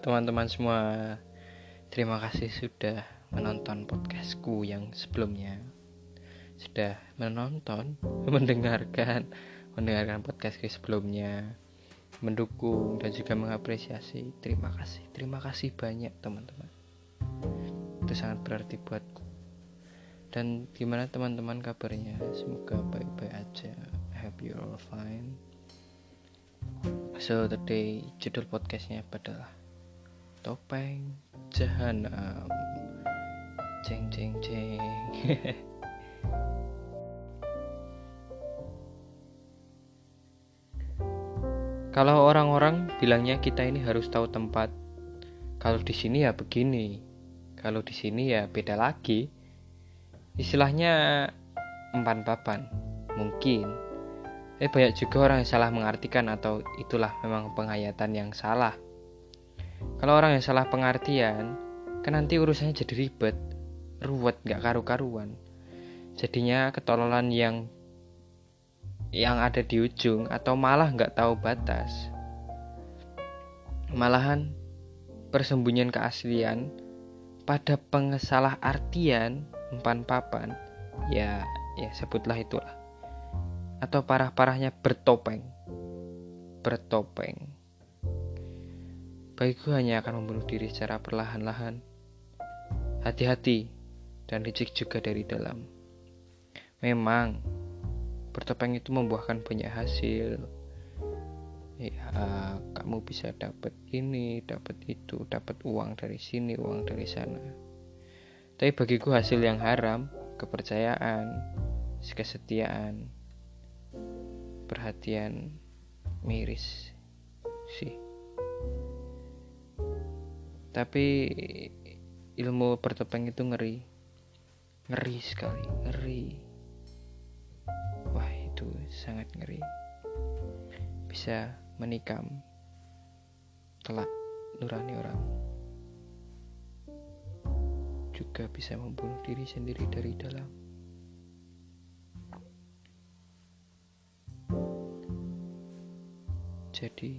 teman-teman semua. Terima kasih sudah menonton podcastku yang sebelumnya. Sudah menonton, mendengarkan podcastku sebelumnya, mendukung dan juga mengapresiasi. Terima kasih banyak teman-teman. Itu sangat berarti buatku. Dan gimana teman-teman kabarnya? Semoga baik-baik aja. I hope you're all fine. So today judul podcastnya adalah Topeng Jahanam. Ceng ceng ceng. Kalau orang-orang bilangnya kita ini harus tahu tempat. Kalau di sini ya begini. Kalau di sini ya beda lagi. Istilahnya empan papan. Mungkin. Banyak juga orang yang salah mengartikan atau itulah memang penghayatan yang salah. Kalau orang yang salah pengertian, kan nanti urusannya jadi ribet, ruwet, gak karu-karuan. Jadinya ketololan yang ada di ujung atau malah gak tahu batas. Malahan persembunyian keaslian pada pengesalah artian umpan papan, ya sebutlah itulah. Atau parah-parahnya bertopeng. Bagiku hanya akan membunuh diri secara perlahan-lahan. Hati-hati dan licik juga dari dalam. Memang bertopeng itu membuahkan banyak hasil. Ya, kamu bisa dapat ini, dapat itu, dapat uang dari sini, uang dari sana. Tapi bagiku hasil yang haram, kepercayaan, kesetiaan, perhatian miris sih. Tapi ilmu bertopeng itu ngeri sekali, ngeri. Wah, itu sangat ngeri. Bisa menikam kelak nurani orang. Juga bisa membunuh diri sendiri dari dalam. Jadi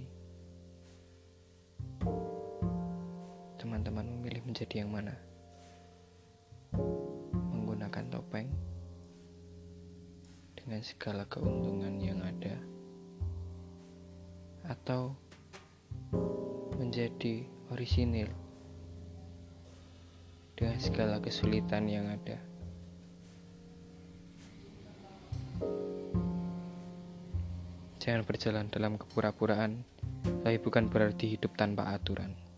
teman-teman memilih menjadi yang mana? Menggunakan topeng dengan segala keuntungan yang ada, atau menjadi orisinil dengan segala kesulitan yang ada. Jangan berjalan dalam kepura-puraan, tapi bukan berarti hidup tanpa aturan.